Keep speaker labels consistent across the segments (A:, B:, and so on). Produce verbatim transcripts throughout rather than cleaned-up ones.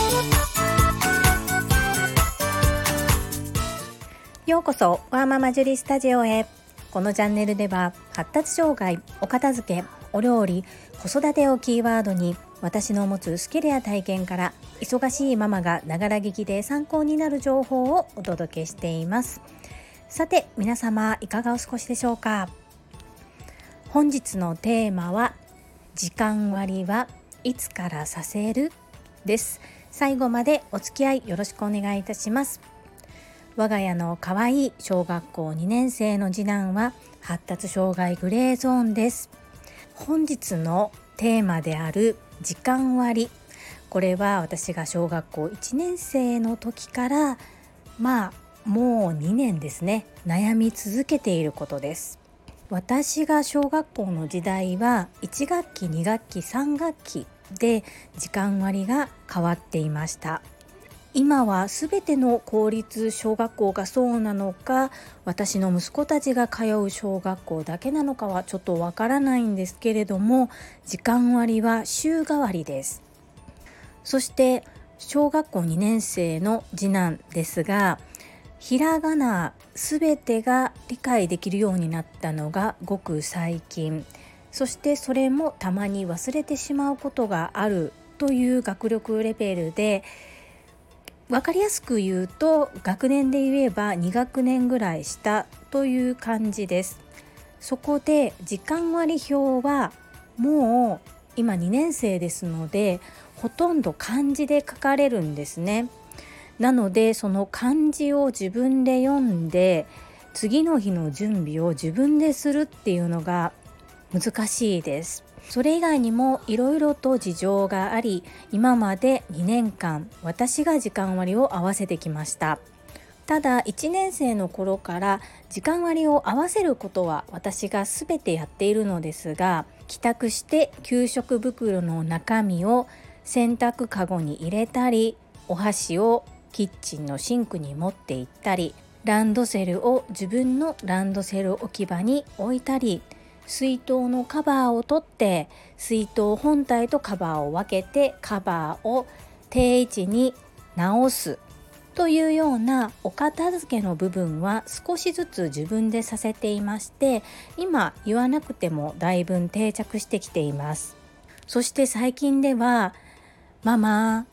A: ようこそワーママジュリスタジオへ。このチャンネルでは発達障害、お片付け、お料理、子育てをキーワードに私の持つスキルや体験から忙しいママがながら聞きで参考になる情報をお届けしています。さて皆様いかがお過ごしでしょうか。本日のテーマは時間割はいつからさせるです。最後までお付き合いよろしくお願いいたします。我が家の可愛い小学校にねん生の次男は発達障害グレーゾーンです。本日のテーマである時間割、これは私が小学校いちねん生の時からまあもうにねんですね、悩み続けていることです。私が小学校の時代はいち学期、に学期、さん学期で時間割が変わっていました。今はすべての公立小学校がそうなのか、私の息子たちが通う小学校だけなのかはちょっとわからないんですけれども、時間割は週替わりです。そして小学校にねん生の次男ですが、ひらがなすべてが理解できるようになったのがごく最近。そしてそれもたまに忘れてしまうことがあるという学力レベルで、分かりやすく言うと学年で言えばに学年ぐらい下という感じです。そこで時間割表はもう今にねん生ですので、ほとんど漢字で書かれるんですね。なのでその漢字を自分で読んで次の日の準備を自分でするっていうのが難しいです。それ以外にもいろいろと事情があり、今までにねんかん私が時間割を合わせてきました。ただいちねん生の頃から時間割を合わせることは私が全てやっているのですが、帰宅して給食袋の中身を洗濯かごに入れたり、お箸をキッチンのシンクに持って行ったり、ランドセルを自分のランドセル置き場に置いたり、水筒のカバーを取って水筒本体とカバーを分けてカバーを定位置に直すというようなお片付けの部分は少しずつ自分でさせていまして、今言わなくてもだいぶ定着してきています。そして最近ではママ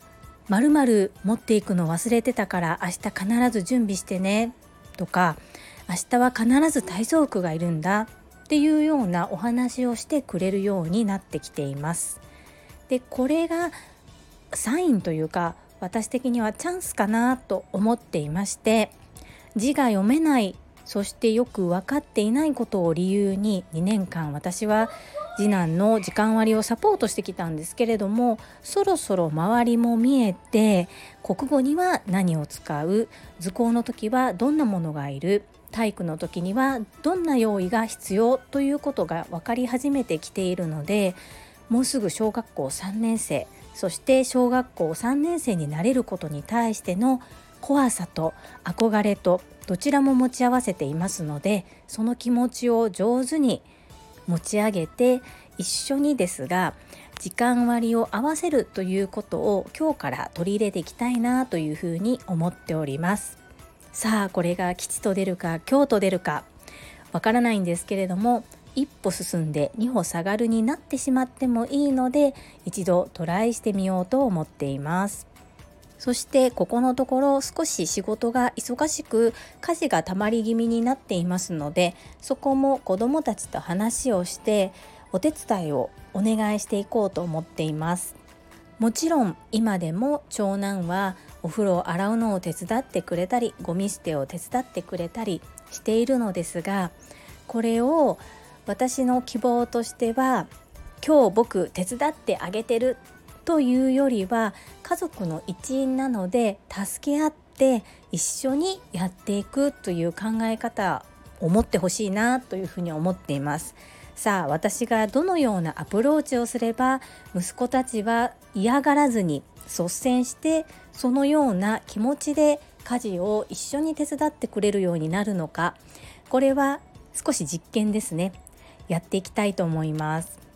A: 〇〇持っていくの忘れてたから明日必ず準備してねとか、明日は必ず体操服がいるんだっていうようなお話をしてくれるようになってきています。で、これがサインというか私的にはチャンスかなと思っていまして、字が読めない、そしてよく分かっていないことを理由ににねんかん私は次男の時間割をサポートしてきたんですけれども、そろそろ周りも見えて、国語には何を使う、図工の時はどんなものがいる、体育の時にはどんな用意が必要ということが分かり始めてきているので、もうすぐ小学校さんねん生、そして小学校さんねん生になれることに対しての怖さと憧れとどちらも持ち合わせていますので、その気持ちを上手に持ち上げて一緒にですが時間割を合わせるということを今日から取り入れていきたいなというふうに思っております。さあこれが吉と出るか凶と出るかわからないんですけれども、一歩進んで二歩下がるになってしまってもいいので、一度トライしてみようと思っています。そしてここのところ少し仕事が忙しく家事がたまり気味になっていますので、そこも子どもたちと話をしてお手伝いをお願いしていこうと思っています。もちろん今でも長男はお風呂を洗うのを手伝ってくれたり、ゴミ捨てを手伝ってくれたりしているのですが、これを私の希望としては、今日僕手伝ってあげてるというよりは家族の一員なので助け合って一緒にやっていくという考え方を持ってほしいなというふうに思っています。さあ私がどのようなアプローチをすれば息子たちは嫌がらずに率先してそのような気持ちで家事を一緒に手伝ってくれるようになるのか、これは少し実験ですね、やっていきたいと思います。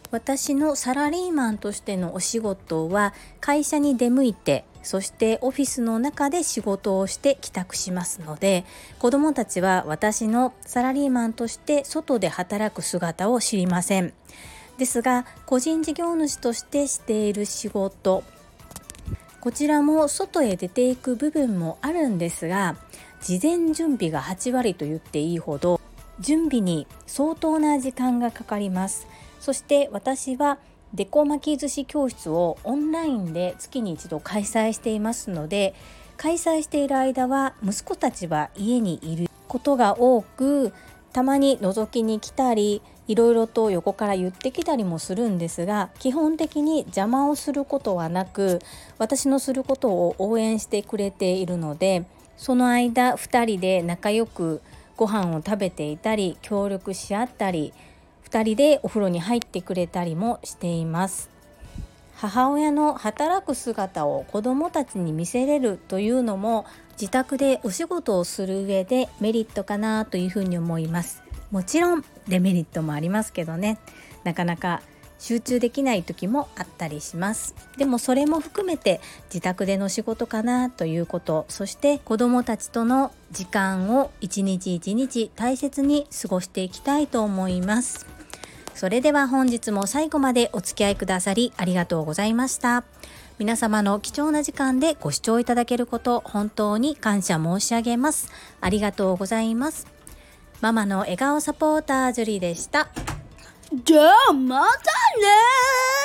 A: 私のサラリーマンとしてのお仕事は会社に出向いて、そしてオフィスの中で仕事をして帰宅しますので、子どもたちは私のサラリーマンとして外で働く姿を知りません。ですが、個人事業主としてしている仕事、こちらも外へ出ていく部分もあるんですが、事前準備がはちわりと言っていいほど準備に相当な時間がかかります。そして私はデコ巻き寿司教室をオンラインで月に一度開催していますので、開催している間は息子たちは家にいることが多く、たまに覗きに来たりいろいろと横から言ってきたりもするんですが、基本的に邪魔をすることはなく、私のすることを応援してくれているので、その間ふたりで仲良くご飯を食べていたり、協力し合ったり、ふたりでお風呂に入ってくれたりもしています。母親の働く姿を子どもたちに見せれるというのも、自宅でお仕事をする上でメリットかなというふうに思います。もちろんデメリットもありますけどね、なかなか集中できない時もあったりします。でもそれも含めて自宅での仕事かなということ、そして子どもたちとの時間を一日一日大切に過ごしていきたいと思います。それでは本日も最後までお付き合いくださりありがとうございました。皆様の貴重な時間でご視聴いただけること本当に感謝申し上げます。ありがとうございます。ママの笑顔サポータージュリでした。
B: じゃあまたね。